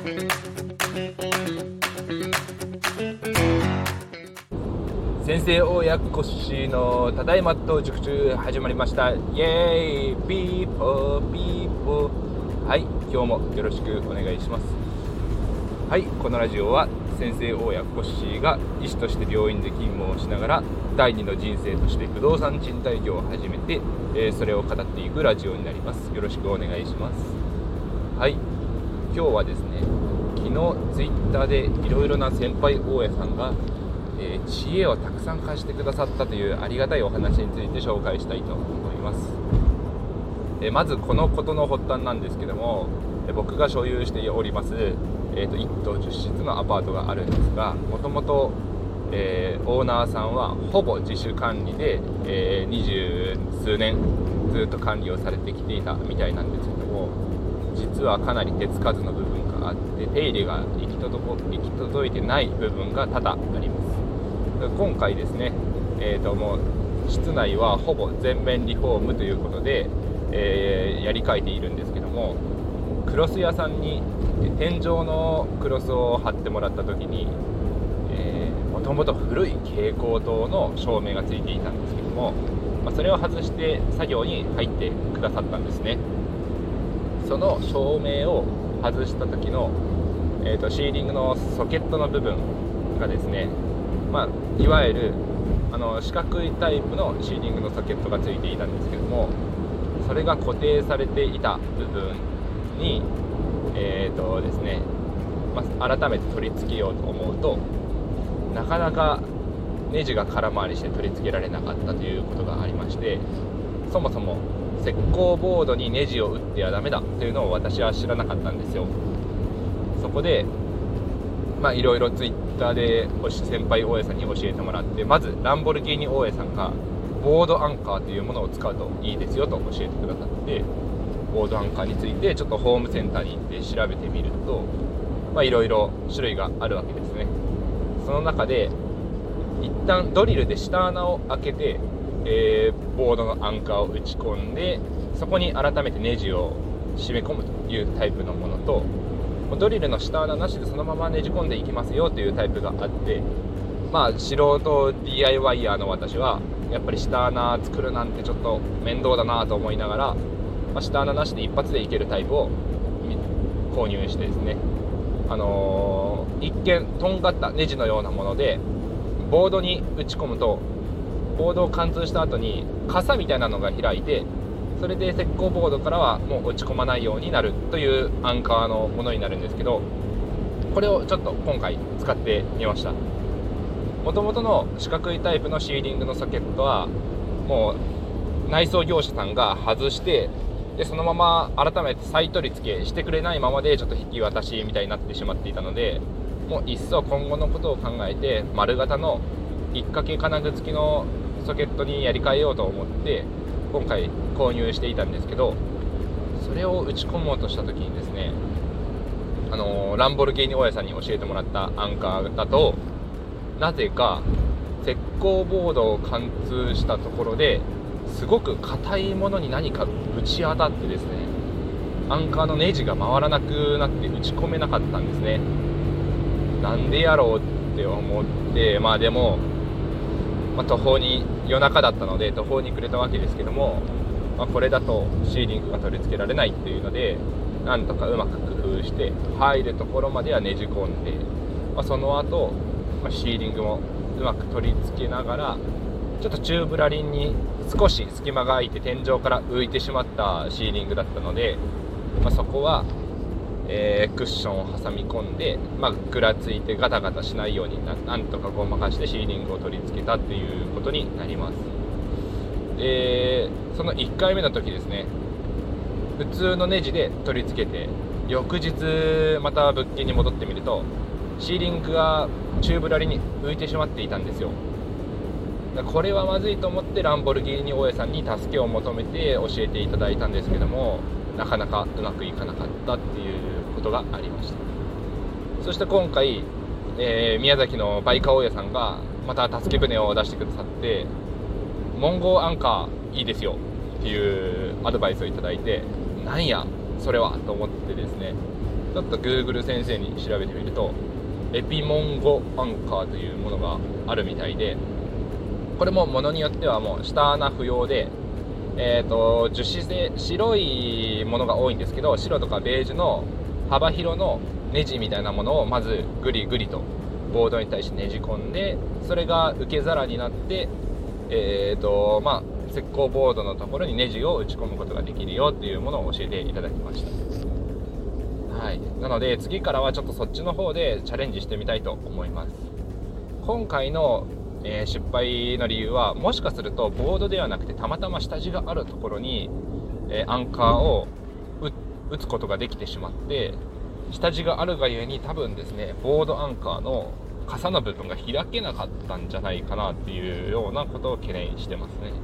先生大家コッシーのただいまと塾中始まりました。イエーイピーポーピーポー。はい、今日もよろしくお願いします。はい、このラジオは先生大家コッシーが医師として病院で勤務をしながら第二の人生として不動産賃貸業を始めて、それを語っていくラジオになります。よろしくお願いします。はい、今日はですね、昨日ツイッターでいろいろな先輩大家さんが知恵をたくさん貸してくださったというありがたいお話について紹介したいと思います。まずこのことの発端なんですけども、僕が所有しております、1棟10室のアパートがあるんですが、もともとオーナーさんはほぼ自主管理で、20数年ずっと管理をされてきていたみたいなんですけども、実はかなり手つかずの部分があって手入れが行き届いてない部分が多々あります。今回ですね、もう室内はほぼ全面リフォームということで、やり替えているんですけども、クロス屋さんに天井のクロスを貼ってもらった時に、もともと古い蛍光灯の照明がついていたんですけども、それを外して作業に入ってくださったんですね。その照明を外した時の、シーリングのソケットの部分がですね、いわゆる四角いタイプのシーリングのソケットがついていたんですけども、それが固定されていた部分にですね、改めて取り付けようと思うと、なかなかネジが空回りして取り付けられなかったということがありまして、そもそも石膏ボードにネジを打ってはダメだというのを私は知らなかったんですよ。そこでいろいろツイッターで先輩大家さんに教えてもらって、まずランボルギーニ大家さんがボードアンカーというものを使うといいですよと教えてくださって、ボードアンカーについてちょっとホームセンターに行って調べてみると、いろいろ種類があるわけですね。その中で一旦ドリルで下穴を開けて、ボードのアンカーを打ち込んで、そこに改めてネジを締め込むというタイプのものと、ドリルの下穴なしでそのままねじ込んでいきますよというタイプがあって、素人 DIYer の私はやっぱり下穴作るなんてちょっと面倒だなと思いながら、下穴なしで一発でいけるタイプを購入してですね、一見とんがったネジのようなもので、ボードに打ち込むとボードを貫通した後に傘みたいなのが開いて、それで石膏ボードからはもう落ち込まないようになるというアンカーのものになるんですけど、これをちょっと今回使ってみました。もともとの四角いタイプのシーリングのソケットはもう内装業者さんが外して、でそのまま改めて再取り付けしてくれないままでちょっと引き渡しみたいになってしまっていたので、もう一層今後のことを考えて丸型の引っ掛け金具付きのソケットにやり替えようと思って今回購入していたんですけど、それを打ち込もうとした時にですね、ランボルギーニ大家さんに教えてもらったアンカーだと、なぜか石膏ボードを貫通したところですごく硬いものに何かぶち当たってですね、アンカーのネジが回らなくなって打ち込めなかったんですね。なんでやろうって思って、でも途方に、夜中だったので途方に暮れたわけですけども、これだとシーリングが取り付けられないっていうので、なんとかうまく工夫して入るところまではねじ込んで、その後、シーリングもうまく取り付けながら、ちょっとチューブラリンに少し隙間が空いて天井から浮いてしまったシーリングだったので、そこは、クッションを挟み込んで、ぐらついてガタガタしないようになんとかごまかしてシーリングを取り付けたっていうことになります。その1回目の時ですね、普通のネジで取り付けて、翌日また物件に戻ってみるとシーリングがチューブラリに浮いてしまっていたんですよ。これはまずいと思ってランボルギーニ大家さんに助けを求めて教えていただいたんですけども、なかなかうまくいかなかったっていうことがありました。そして今回、宮崎のバイカ大家さんがまた助け舟を出してくださって、モンゴーアンカーいいですよっていうアドバイスをいただいて、なんやそれはと思ってですね、 ちょっと Google 先生に調べてみるとエピモンゴアンカーというものがあるみたいで、これもものによってはもう下穴不要で、樹脂製白いものが多いんですけど、白とかベージュの幅広のネジみたいなものをまずグリグリとボードに対してねじ込んで、それが受け皿になって石膏ボードのところにネジを打ち込むことができるよっていうものを教えていただきました。はい、なので次からはちょっとそっちの方でチャレンジしてみたいと思います。今回の、失敗の理由は、もしかするとボードではなくてたまたま下地があるところに、アンカーを打つことができてしまって、下地があるがゆえに多分ですね、ボードアンカーの傘の部分が開けなかったんじゃないかなっていうようなことを懸念してますね。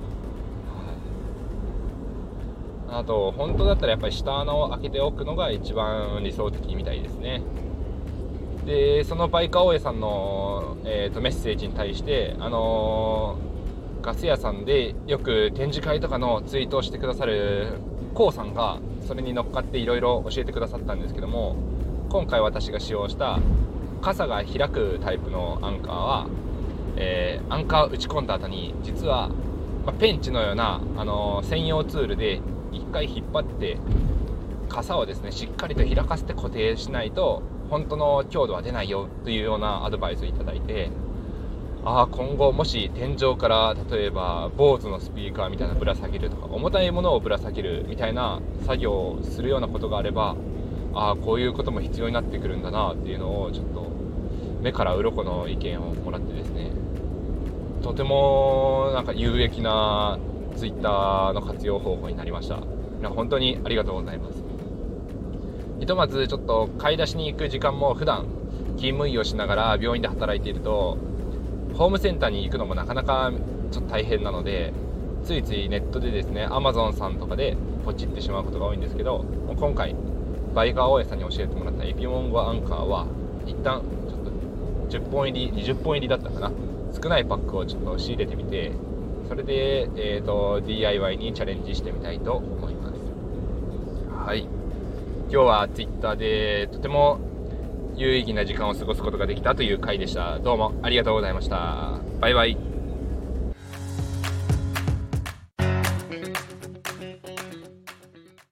あと本当だったらやっぱり下穴を開けておくのが一番理想的みたいですね。でそのバイカー大家さんの、メッセージに対して、ガス屋さんでよく展示会とかのツイートをしてくださるコウさんがそれに乗っかっていろいろ教えてくださったんですけども、今回私が使用した傘が開くタイプのアンカーは、アンカー打ち込んだ後に実は、ペンチのような、専用ツールで一回引っ張って傘をですねしっかりと開かせて固定しないと本当の強度は出ないよというようなアドバイスをいただいて、今後もし天井から例えばBOSEのスピーカーみたいなぶら下げるとか、重たいものをぶら下げるみたいな作業をするようなことがあれば、こういうことも必要になってくるんだなっていうのをちょっと目から鱗の意見をもらってですね、とてもなんか有益なツイッターの活用方法になりました。本当にありがとうございます。ひとまずちょっと買い出しに行く時間も普段勤務医をしながら病院で働いているとホームセンターに行くのもなかなかちょっと大変なので、ついついネットでですね Amazon さんとかでポチってしまうことが多いんですけど、今回バイカー大家さんに教えてもらったエピモンゴアンカーは一旦ちょっと10本入り20本入りだったかな、少ないパックをちょっと仕入れてみて、それで、DIY にチャレンジしてみたいと思います。はい、今日は Twitter でとても有意義な時間を過ごすことができたという回でした。どうもありがとうございました。バイバイ。